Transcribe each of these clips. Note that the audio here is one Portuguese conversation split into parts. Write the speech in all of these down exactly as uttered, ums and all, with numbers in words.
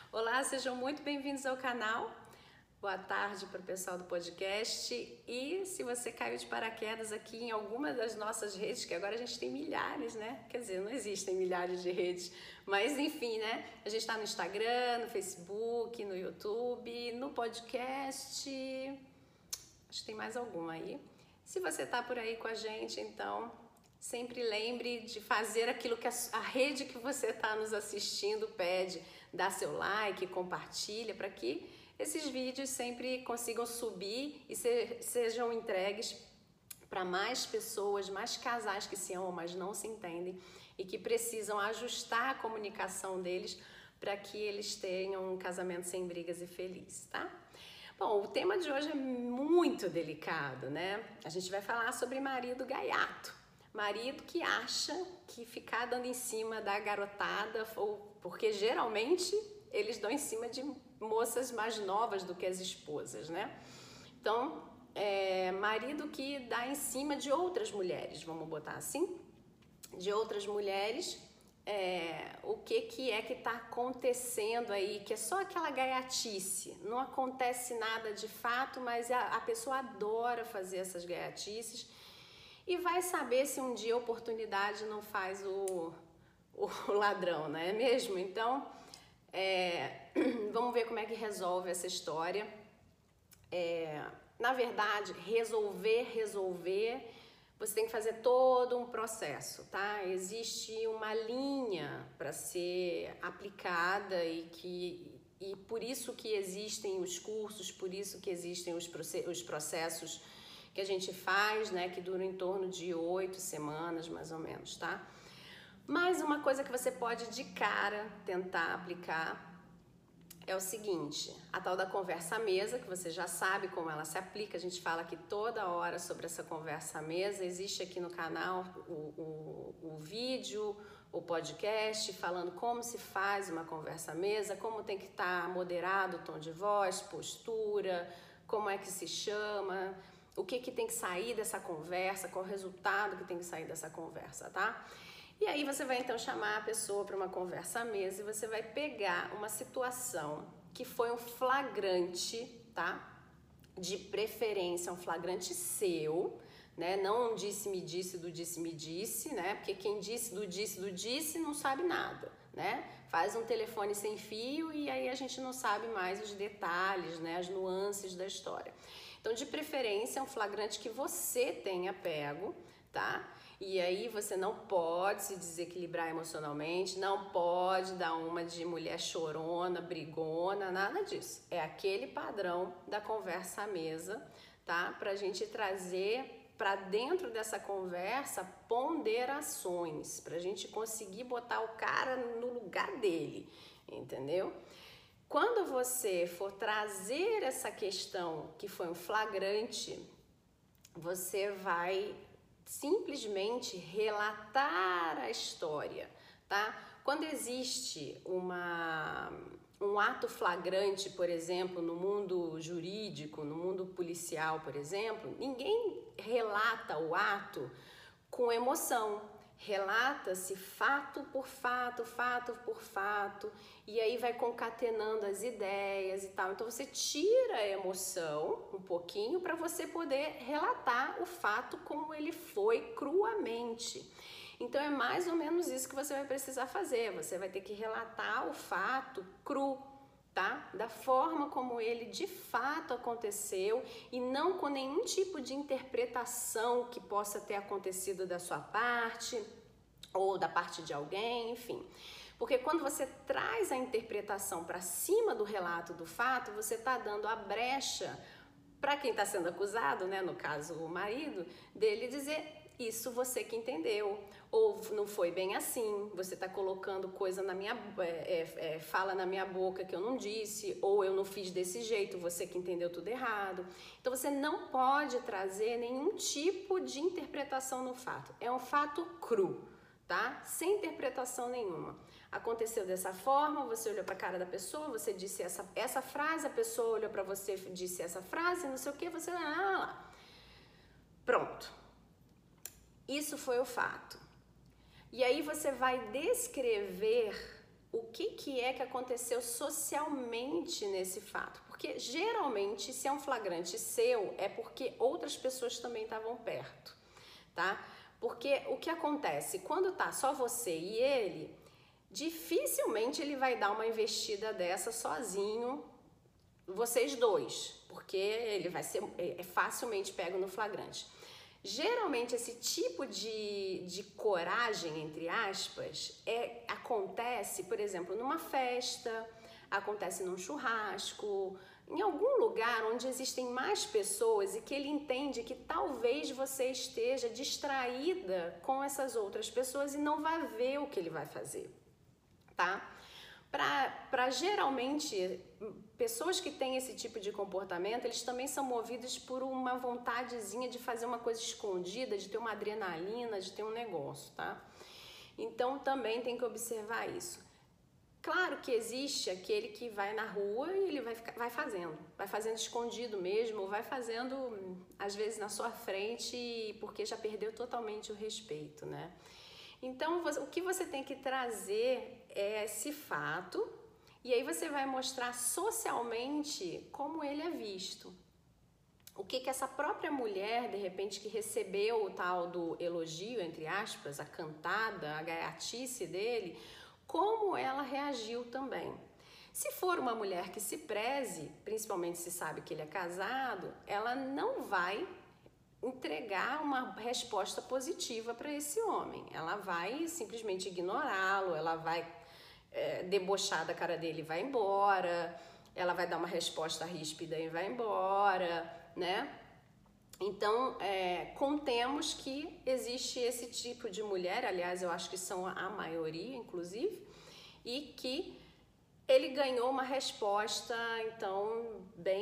Olá, sejam muito bem-vindos ao canal. Boa tarde para o pessoal do podcast. E se você caiu de paraquedas aqui em alguma das nossas redes, que agora a gente tem milhares, né? Quer dizer, não existem milhares de redes, mas enfim, né? A gente está no Instagram, no Facebook, no YouTube, no podcast. Acho que tem mais alguma aí. Se você está por aí com a gente, então sempre lembre de fazer aquilo que a, a rede que você está nos assistindo pede. Dá seu like, compartilha para que esses vídeos sempre consigam subir e se, sejam entregues para mais pessoas, mais casais que se amam, mas não se entendem e que precisam ajustar a comunicação deles para que eles tenham um casamento sem brigas e feliz, tá? Bom, o tema de hoje é muito delicado, né? A gente vai falar sobre marido gaiato. Marido que acha que ficar dando em cima da garotada, ou porque geralmente eles dão em cima de moças mais novas do que as esposas, né? Então, é, marido que dá em cima de outras mulheres, vamos botar assim, de outras mulheres, é, o que, que é que está acontecendo aí, que é só aquela gaiatice, não acontece nada de fato, mas a, a pessoa adora fazer essas gaiatices. E vai saber se um dia a oportunidade não faz o, o ladrão, não é mesmo? Então, é, vamos ver como é que resolve essa história. É, na verdade, resolver, resolver, você tem que fazer todo um processo, tá? Existe uma linha para ser aplicada e que... E por isso que existem os cursos, por isso que existem os processos que a gente faz, né, que duram em torno de oito semanas, mais ou menos, tá? Mas uma coisa que você pode de cara tentar aplicar é o seguinte, a tal da conversa à mesa, que você já sabe como ela se aplica, a gente fala aqui toda hora sobre essa conversa à mesa, existe aqui no canal o, o, o vídeo, o podcast, falando como se faz uma conversa à mesa, como tem que estar moderado o tom de voz, postura, como é que se chama... O que, que tem que sair dessa conversa, qual o resultado que tem que sair dessa conversa, tá? E aí você vai então chamar a pessoa para uma conversa à mesa e você vai pegar uma situação que foi um flagrante, tá? De preferência, um flagrante seu, né? Não um disse-me-disse do disse-me-disse, né? Porque quem disse do disse do disse não sabe nada, né? Faz um telefone sem fio e aí a gente não sabe mais os detalhes, né? As nuances da história. Então, de preferência, é um flagrante que você tenha pego, tá? E aí você não pode se desequilibrar emocionalmente, não pode dar uma de mulher chorona, brigona, nada disso. É aquele padrão da conversa à mesa, tá? Pra gente trazer para dentro dessa conversa ponderações, pra gente conseguir botar o cara no lugar dele, entendeu? Quando você for trazer essa questão que foi um flagrante, você vai simplesmente relatar a história, tá? Quando existe uma, um ato flagrante, por exemplo, no mundo jurídico, no mundo policial, por exemplo, ninguém relata o ato com emoção. Relata-se fato por fato, fato por fato, e aí vai concatenando as ideias e tal. Então você tira a emoção um pouquinho para você poder relatar o fato como ele foi cruamente. Então é mais ou menos isso que você vai precisar fazer. Você vai ter que relatar o fato cru, tá? Da forma como ele de fato aconteceu e não com nenhum tipo de interpretação que possa ter acontecido da sua parte ou da parte de alguém, enfim. Porque quando você traz a interpretação para cima do relato do fato, você está dando a brecha para quem está sendo acusado, né, no caso o marido, dele dizer isso você que entendeu, ou não foi bem assim, você está colocando coisa na minha, é, é, fala na minha boca que eu não disse, ou eu não fiz desse jeito, você que entendeu tudo errado. Então você não pode trazer nenhum tipo de interpretação no fato, é um fato cru, tá? Sem interpretação nenhuma. Aconteceu dessa forma, você olhou para a cara da pessoa, você disse essa, essa frase, a pessoa olhou para você e disse essa frase, não sei o que, você... Ah, lá. Pronto. Isso foi o fato. E aí você vai descrever o que, que é que aconteceu socialmente nesse fato. Porque geralmente, se é um flagrante seu, é porque outras pessoas também estavam perto, tá? Porque o que acontece? Quando tá só você e ele, dificilmente ele vai dar uma investida dessa sozinho, vocês dois, porque ele vai ser é facilmente pego no flagrante. Geralmente esse tipo de, de coragem, entre aspas, é, acontece, por exemplo, numa festa, acontece num churrasco, em algum lugar onde existem mais pessoas e que ele entende que talvez você esteja distraída com essas outras pessoas e não vai ver o que ele vai fazer, tá? Para geralmente, pessoas que têm esse tipo de comportamento, eles também são movidos por uma vontadezinha de fazer uma coisa escondida, de ter uma adrenalina, de ter um negócio, tá? Então também tem que observar isso. Claro que existe aquele que vai na rua e ele vai, ficar, vai fazendo, vai fazendo escondido mesmo, vai fazendo às vezes na sua frente porque já perdeu totalmente o respeito, né? Então, o que você tem que trazer é esse fato e aí você vai mostrar socialmente como ele é visto. O que que essa própria mulher, de repente, que recebeu o tal do elogio, entre aspas, a cantada, a gaiatice dele, como ela reagiu também. Se for uma mulher que se preze, principalmente se sabe que ele é casado, ela não vai entregar uma resposta positiva para esse homem. Ela vai simplesmente ignorá-lo, ela vai é, debochar da cara dele e vai embora, ela vai dar uma resposta ríspida e vai embora, né? Então, é, contemos que existe esse tipo de mulher, aliás, eu acho que são a maioria, inclusive, e que ele ganhou uma resposta, então,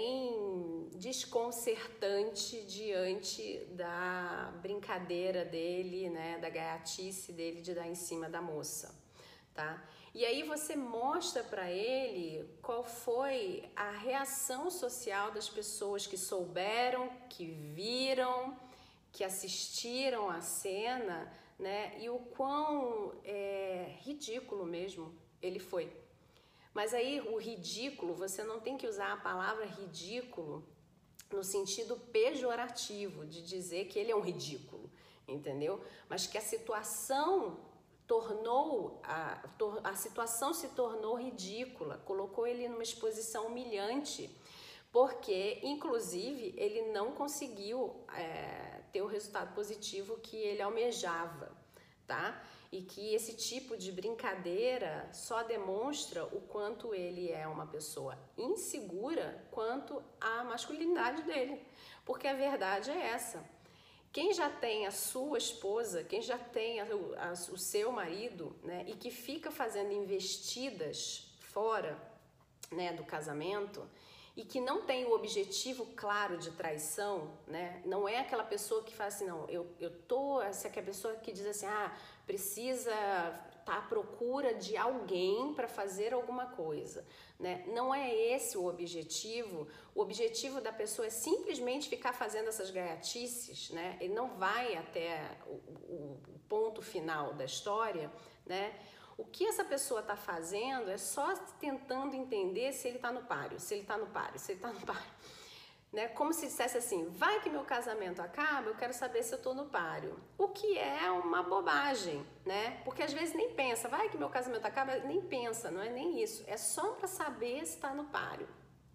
bem desconcertante diante da brincadeira dele, né, da gaiatice dele de dar em cima da moça, tá? E aí você mostra para ele qual foi a reação social das pessoas que souberam, que viram, que assistiram à cena, né, e o quão é, ridículo mesmo ele foi. Mas aí o ridículo, você não tem que usar a palavra ridículo no sentido pejorativo, de dizer que ele é um ridículo, entendeu? Mas que a situação tornou, a, a situação se tornou ridícula, colocou ele numa exposição humilhante, porque, inclusive, ele não conseguiu é, ter o resultado positivo que ele almejava, tá? E que esse tipo de brincadeira só demonstra o quanto ele é uma pessoa insegura quanto à masculinidade dele. Porque a verdade é essa. Quem já tem a sua esposa, quem já tem a, a, o seu marido, né, e que fica fazendo investidas fora, né, do casamento, e que não tem o objetivo claro de traição, né? Não é aquela pessoa que fala assim, não, eu, eu tô, essa é a pessoa que diz assim, ah, precisa estar tá à procura de alguém para fazer alguma coisa, né? Não é esse o objetivo. O objetivo da pessoa é simplesmente ficar fazendo essas gaiatices, né? Ele não vai até o, o, o ponto final da história, né? O que essa pessoa está fazendo é só tentando entender se ele está no páreo, se ele está no páreo, se ele está no páreo. Né? Como se dissesse assim, vai que meu casamento acaba, eu quero saber se eu estou no páreo. O que é uma bobagem, né? Porque às vezes nem pensa, vai que meu casamento acaba, nem pensa, não é nem isso. É só para saber se está no páreo.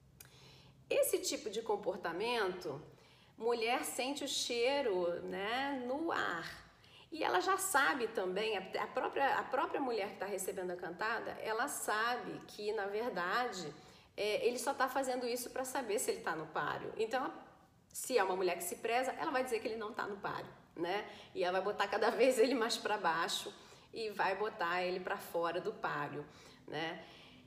Esse tipo de comportamento, mulher sente o cheiro, né, no ar. E ela já sabe também, a própria, a própria mulher que está recebendo a cantada, ela sabe que, na verdade, é, ele só está fazendo isso para saber se ele está no páreo. Então, se é uma mulher que se preza, ela vai dizer que ele não está no páreo, né? E ela vai botar cada vez ele mais para baixo e vai botar ele para fora do páreo, né?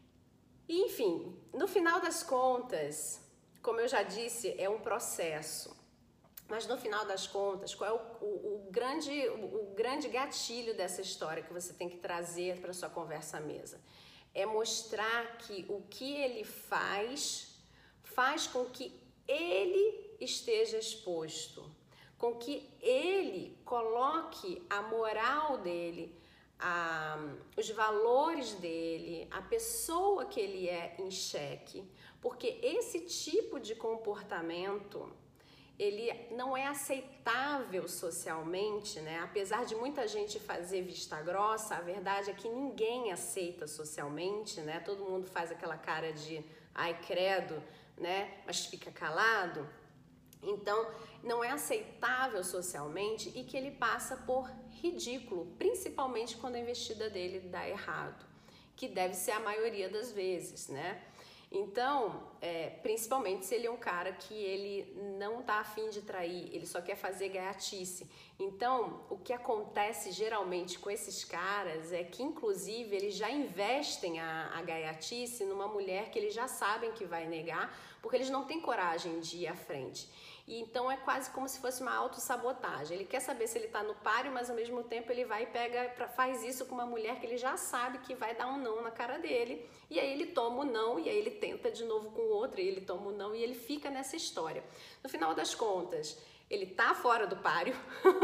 E, enfim, no final das contas, como eu já disse, é um processo. Mas no final das contas, qual é o, o, o, grande, o, o grande gatilho dessa história que você tem que trazer para a sua conversa à mesa? É mostrar que o que ele faz, faz com que ele esteja exposto, com que ele coloque a moral dele, a, os valores dele, a pessoa que ele é em xeque, porque esse tipo de comportamento ele não é aceitável socialmente, né? Apesar de muita gente fazer vista grossa, a verdade é que ninguém aceita socialmente, né? Todo mundo faz aquela cara de ai credo, né? Mas fica calado. Então, não é aceitável socialmente e que ele passa por ridículo, principalmente quando a investida dele dá errado, que deve ser a maioria das vezes, né? Então, é, principalmente se ele é um cara que ele não tá afim de trair, ele só quer fazer gaiatice. Então, o que acontece geralmente com esses caras é que, inclusive, eles já investem a, a gaiatice numa mulher que eles já sabem que vai negar, porque eles não têm coragem de ir à frente. E então é quase como se fosse uma autossabotagem. Ele quer saber se ele tá no páreo, mas ao mesmo tempo ele vai e pega, faz isso com uma mulher que ele já sabe que vai dar um não na cara dele. E aí ele toma o não, e aí ele tenta de novo com outra, e ele toma o não, e ele fica nessa história. No final das contas, ele tá fora do páreo,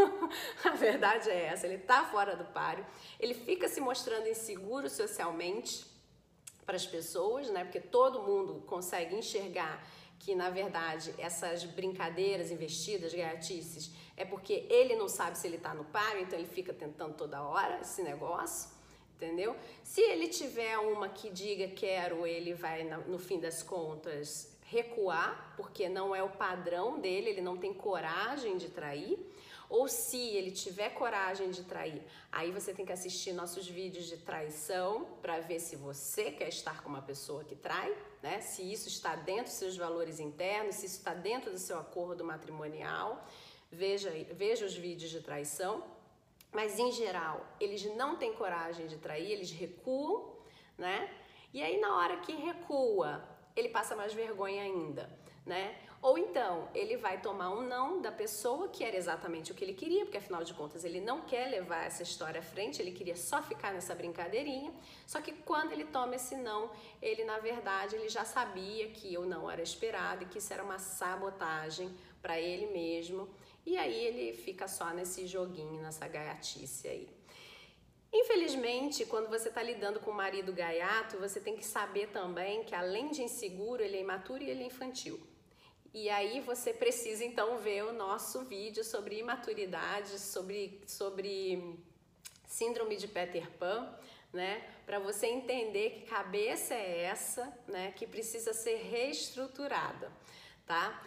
a verdade é essa, ele tá fora do páreo, ele fica se mostrando inseguro socialmente para as pessoas, né? Porque todo mundo consegue enxergar que, na verdade, essas brincadeiras, investidas, gaiatices, é porque ele não sabe se ele tá no páreo, então ele fica tentando toda hora esse negócio, entendeu? Se ele tiver uma que diga quero, ele vai, no fim das contas, recuar, porque não é o padrão dele, ele não tem coragem de trair. Ou se ele tiver coragem de trair, aí você tem que assistir nossos vídeos de traição para ver se você quer estar com uma pessoa que trai, né? Se isso está dentro dos seus valores internos, se isso está dentro do seu acordo matrimonial. Veja, veja os vídeos de traição. Mas, em geral, eles não têm coragem de trair, eles recuam, né? E aí, na hora que recua, ele passa mais vergonha ainda, né? Ou então, ele vai tomar um não da pessoa, que era exatamente o que ele queria, porque afinal de contas ele não quer levar essa história à frente, ele queria só ficar nessa brincadeirinha. Só que quando ele toma esse não, ele na verdade ele já sabia que o não era esperado e que isso era uma sabotagem para ele mesmo. E aí ele fica só nesse joguinho, nessa gaiatice aí. Infelizmente, quando você está lidando com um marido gaiato, você tem que saber também que além de inseguro, ele é imaturo e ele é infantil. E aí você precisa então ver o nosso vídeo sobre imaturidade, sobre, sobre síndrome de Peter Pan, né? Para você entender que cabeça é essa, né? Que precisa ser reestruturada, tá?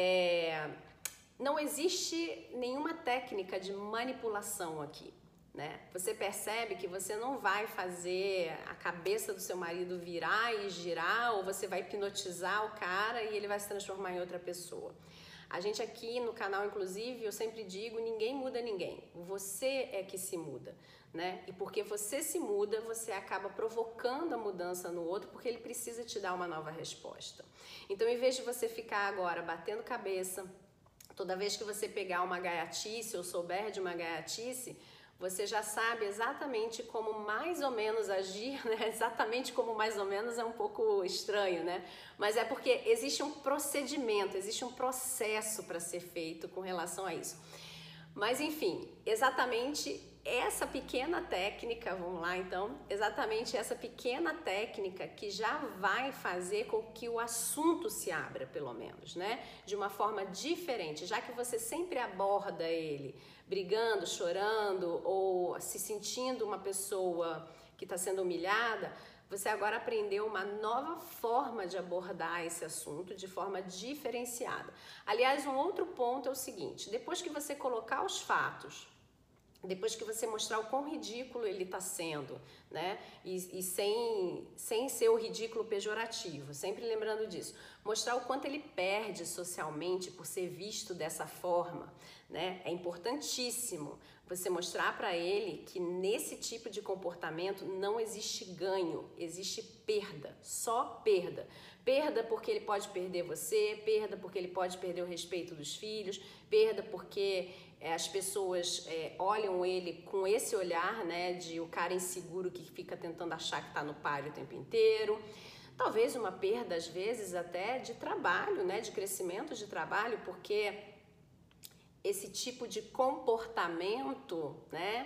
É, não existe nenhuma técnica de manipulação aqui, né? Você percebe que você não vai fazer a cabeça do seu marido virar e girar, ou você vai hipnotizar o cara e ele vai se transformar em outra pessoa. A gente aqui no canal, inclusive, eu sempre digo, ninguém muda ninguém. Você é que se muda, né? E porque você se muda, você acaba provocando a mudança no outro, porque ele precisa te dar uma nova resposta. Então, em vez de você ficar agora batendo cabeça, toda vez que você pegar uma gaiatice ou souber de uma gaiatice, você já sabe exatamente como mais ou menos agir, né? Exatamente como mais ou menos é um pouco estranho, né? Mas é porque existe um procedimento, existe um processo para ser feito com relação a isso. Mas enfim, exatamente essa pequena técnica, vamos lá então, exatamente essa pequena técnica que já vai fazer com que o assunto se abra, pelo menos, né? De uma forma diferente, já que você sempre aborda ele brigando, chorando ou se sentindo uma pessoa que está sendo humilhada, você agora aprendeu uma nova forma de abordar esse assunto de forma diferenciada. Aliás, um outro ponto é o seguinte, depois que você colocar os fatos, depois que você mostrar o quão ridículo ele está sendo, né? E, e sem, sem ser o ridículo pejorativo, sempre lembrando disso. Mostrar o quanto ele perde socialmente por ser visto dessa forma, né? É importantíssimo você mostrar para ele que nesse tipo de comportamento não existe ganho, existe perda, só perda. Perda porque ele pode perder você, perda porque ele pode perder o respeito dos filhos, perda porque é, as pessoas é, olham ele com esse olhar, né, de o cara inseguro que fica tentando achar que está no páreo o tempo inteiro. Talvez uma perda, às vezes, até de trabalho, né, de crescimento de trabalho, porque esse tipo de comportamento, né,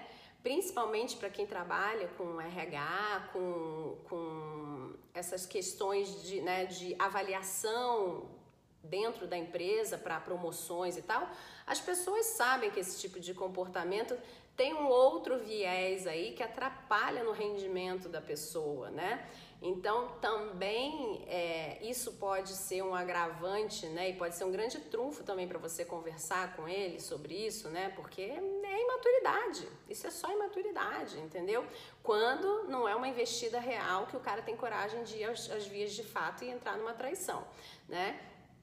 Principalmente para quem trabalha com R H, com, com essas questões de, né, de avaliação dentro da empresa para promoções e tal, as pessoas sabem que esse tipo de comportamento tem um outro viés aí que atrapalha no rendimento da pessoa, né? Então, também é, isso pode ser um agravante, né? E pode ser um grande trunfo também para você conversar com ele sobre isso, né? Porque é imaturidade, isso é só imaturidade, entendeu? Quando não é uma investida real que o cara tem coragem de ir às, às vias de fato e entrar numa traição, né?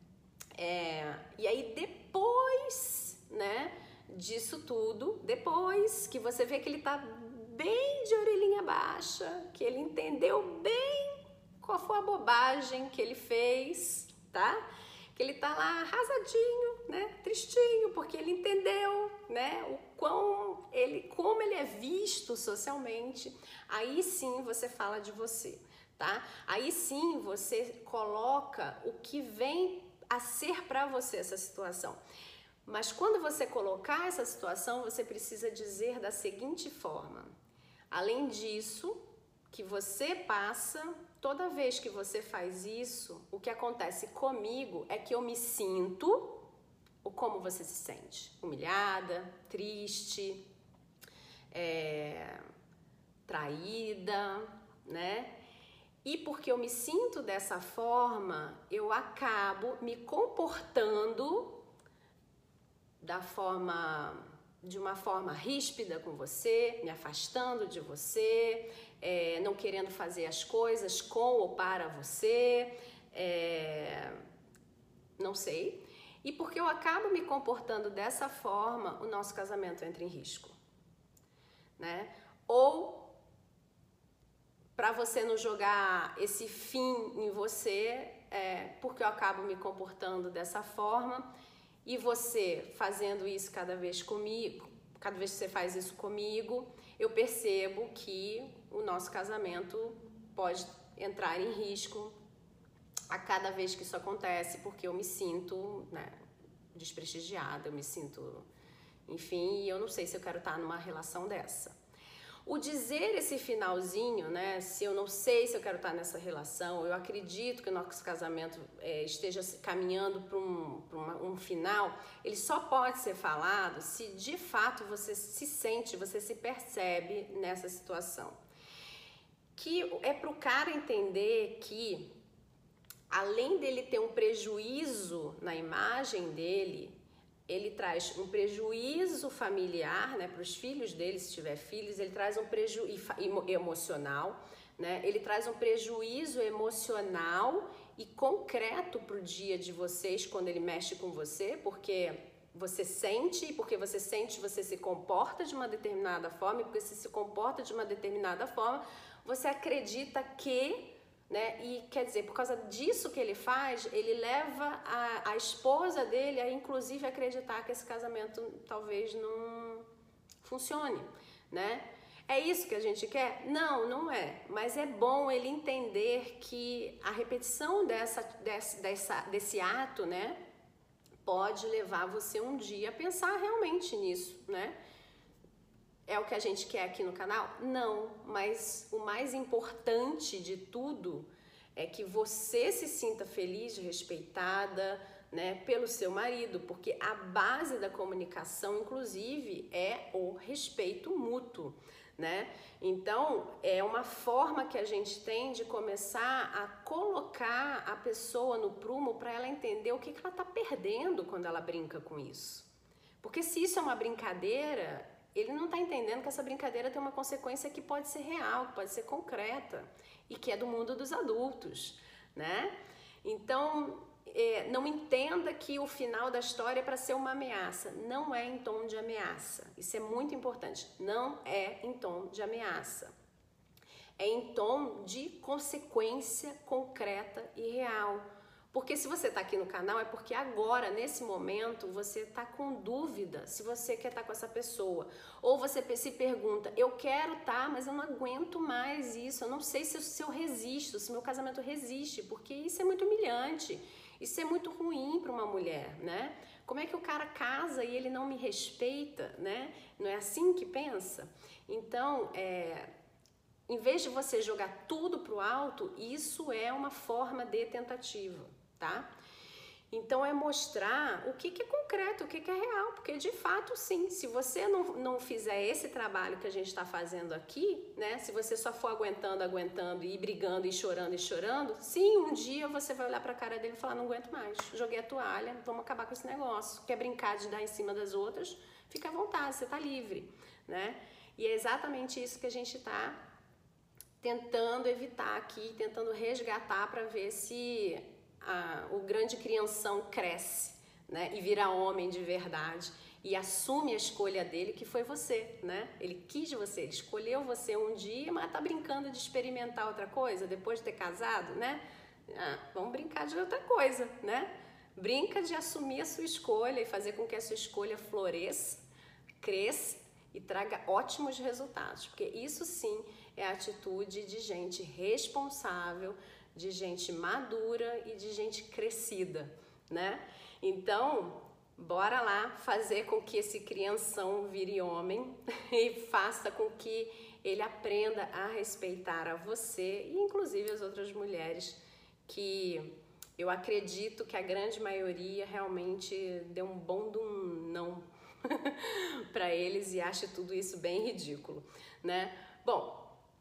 É, e aí depois, né, disso tudo, depois que você vê que ele tá bem de orelhinha baixa, que ele entendeu bem qual foi a bobagem que ele fez, tá? Que ele tá lá arrasadinho, né, tristinho, porque ele entendeu, né, o quão ele, como ele é visto socialmente. Aí sim você fala de você, tá? Aí sim você coloca o que vem a ser para você essa situação. Mas quando você colocar essa situação, você precisa dizer da seguinte forma: além disso, que você passa, toda vez que você faz isso, o que acontece comigo é que eu me sinto, ou como você se sente? Humilhada, triste, é, traída, né? E porque eu me sinto dessa forma, eu acabo me comportando da forma, de uma forma ríspida com você, me afastando de você, é, não querendo fazer as coisas com ou para você, é, não sei. E porque eu acabo me comportando dessa forma, o nosso casamento entra em risco, né? Ou para você não jogar esse fim em você, é, porque eu acabo me comportando dessa forma, e você fazendo isso cada vez comigo, cada vez que você faz isso comigo, eu percebo que o nosso casamento pode entrar em risco a cada vez que isso acontece, porque eu me sinto, né, desprestigiada, eu me sinto, enfim, e eu não sei se eu quero estar numa relação dessa. O dizer esse finalzinho, né, se eu não sei se eu quero estar nessa relação, eu acredito que o nosso casamento é, esteja caminhando para um, pra uma, um final, ele só pode ser falado se de fato você se sente, você se percebe nessa situação. Que é para o cara entender que, além dele ter um prejuízo na imagem dele, ele traz um prejuízo familiar, né, para os filhos dele, se tiver filhos, ele traz um prejuízo emocional, né, ele traz um prejuízo emocional e concreto para o dia de vocês quando ele mexe com você, porque você sente, e porque você sente, você se comporta de uma determinada forma, e porque você se comporta de uma determinada forma, você acredita que, né? E quer dizer, por causa disso que ele faz, ele leva a, a esposa dele a inclusive acreditar que esse casamento talvez não funcione, né? É isso que a gente quer? Não, não é. Mas é bom ele entender que a repetição dessa, dessa, dessa, desse ato, né, pode levar você um dia a pensar realmente nisso, né? É o que a gente quer aqui no canal? Não, mas o mais importante de tudo é que você se sinta feliz, respeitada, né, pelo seu marido, porque a base da comunicação, inclusive, é o respeito mútuo, né? Então, é uma forma que a gente tem de começar a colocar a pessoa no prumo para ela entender o que, que ela está perdendo quando ela brinca com isso. Porque se isso é uma brincadeira, ele não está entendendo que essa brincadeira tem uma consequência que pode ser real, que pode ser concreta e que é do mundo dos adultos, né? Então, é, não entenda que o final da história é para ser uma ameaça. Não é em tom de ameaça. Isso é muito importante. Não é em tom de ameaça. É em tom de consequência concreta e real. Porque se você está aqui no canal é porque agora, nesse momento, você está com dúvida se você quer estar com essa pessoa. Ou você se pergunta, eu quero estar, mas eu não aguento mais isso, eu não sei se eu, se eu resisto, se meu casamento resiste, porque isso é muito humilhante, isso é muito ruim para uma mulher, né? Como é que o cara casa e ele não me respeita, né? Não é assim que pensa? Então, é... em vez de você jogar tudo pro alto, isso é uma forma de tentativa, tá? Então é mostrar o que, que é concreto, o que, que é real, porque de fato sim, se você não, não fizer esse trabalho que a gente está fazendo aqui, né? Se você só for aguentando, aguentando e brigando e chorando e chorando, sim, um dia você vai olhar pra cara dele e falar, não aguento mais, joguei a toalha, vamos acabar com esse negócio. Quer brincar de dar em cima das outras? Fica à vontade, você tá livre, né? E é exatamente isso que a gente tá tentando evitar aqui, tentando resgatar para ver se a, o grande crianção cresce, né, e vira homem de verdade e assume a escolha dele, que foi você, né? Ele quis você, ele escolheu você um dia, mas tá brincando de experimentar outra coisa depois de ter casado, né? Ah, vamos brincar de outra coisa, né? Brinca de assumir a sua escolha e fazer com que a sua escolha floresça, cresça e traga ótimos resultados, porque isso sim é a atitude de gente responsável, de gente madura e de gente crescida, né? Então, bora lá fazer com que esse crianção vire homem e faça com que ele aprenda a respeitar a você e inclusive as outras mulheres, que eu acredito que a grande maioria realmente deu um bom de um não para eles e acha tudo isso bem ridículo, né? Bom,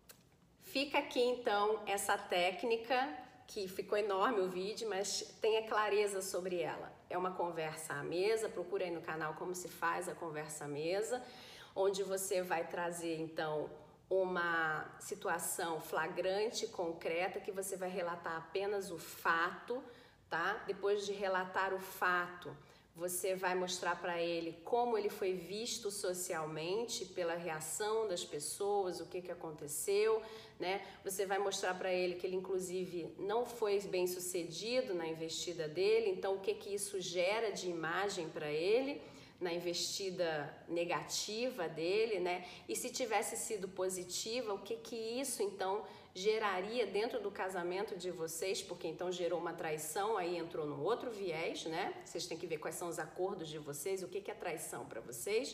fica aqui então essa técnica, que ficou enorme o vídeo, mas tenha clareza sobre ela. É uma conversa à mesa, procura aí no canal como se faz a conversa à mesa, onde você vai trazer então uma situação flagrante, concreta, que você vai relatar apenas o fato, tá? Depois de relatar o fato, você vai mostrar para ele como ele foi visto socialmente pela reação das pessoas, o que que aconteceu, né? Você vai mostrar para ele que ele inclusive não foi bem sucedido na investida dele, então o que que isso gera de imagem para ele na investida negativa dele, né? E se tivesse sido positiva, o que que isso então geraria dentro do casamento de vocês, porque então gerou uma traição, aí entrou num outro viés, né? Vocês têm que ver quais são os acordos de vocês, o que que é traição para vocês.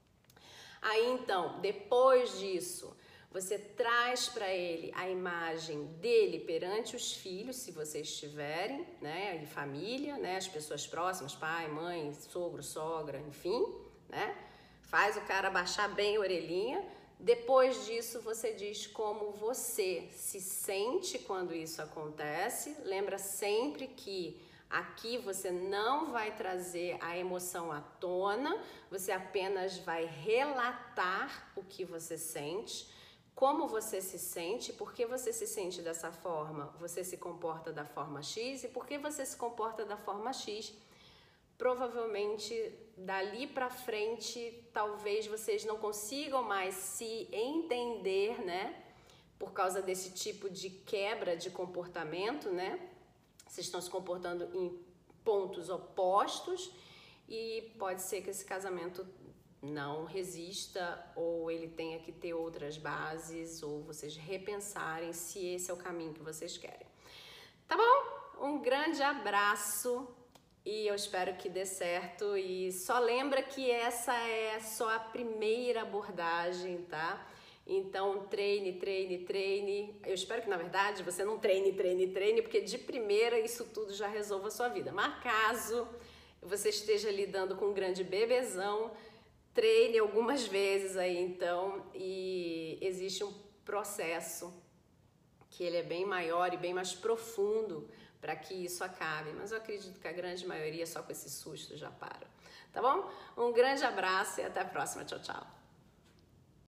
Aí então, depois disso, você traz para ele a imagem dele perante os filhos, se vocês tiverem, né, e família, né, as pessoas próximas, pai, mãe, sogro, sogra, enfim, né? Faz o cara baixar bem a orelhinha. Depois disso, você diz como você se sente quando isso acontece. Lembra sempre que aqui você não vai trazer a emoção à tona, você apenas vai relatar o que você sente, como você se sente, por que você se sente dessa forma, você se comporta da forma X, e por que você se comporta da forma X. Provavelmente dali para frente talvez vocês não consigam mais se entender, né? Por causa desse tipo de quebra de comportamento, né? Vocês estão se comportando em pontos opostos e pode ser que esse casamento não resista, ou ele tenha que ter outras bases, ou vocês repensarem se esse é o caminho que vocês querem. Tá bom? Um grande abraço e eu espero que dê certo. E só lembra que essa é só a primeira abordagem, tá? Então treine, treine, treine. Eu espero que na verdade você não treine, treine, treine, porque de primeira isso tudo já resolva a sua vida. Mas caso você esteja lidando com um grande bebezão, treine algumas vezes aí então, e existe um processo que ele é bem maior e bem mais profundo para que isso acabe, mas eu acredito que a grande maioria só com esse susto já para, tá bom? Um grande abraço e até a próxima, tchau, tchau!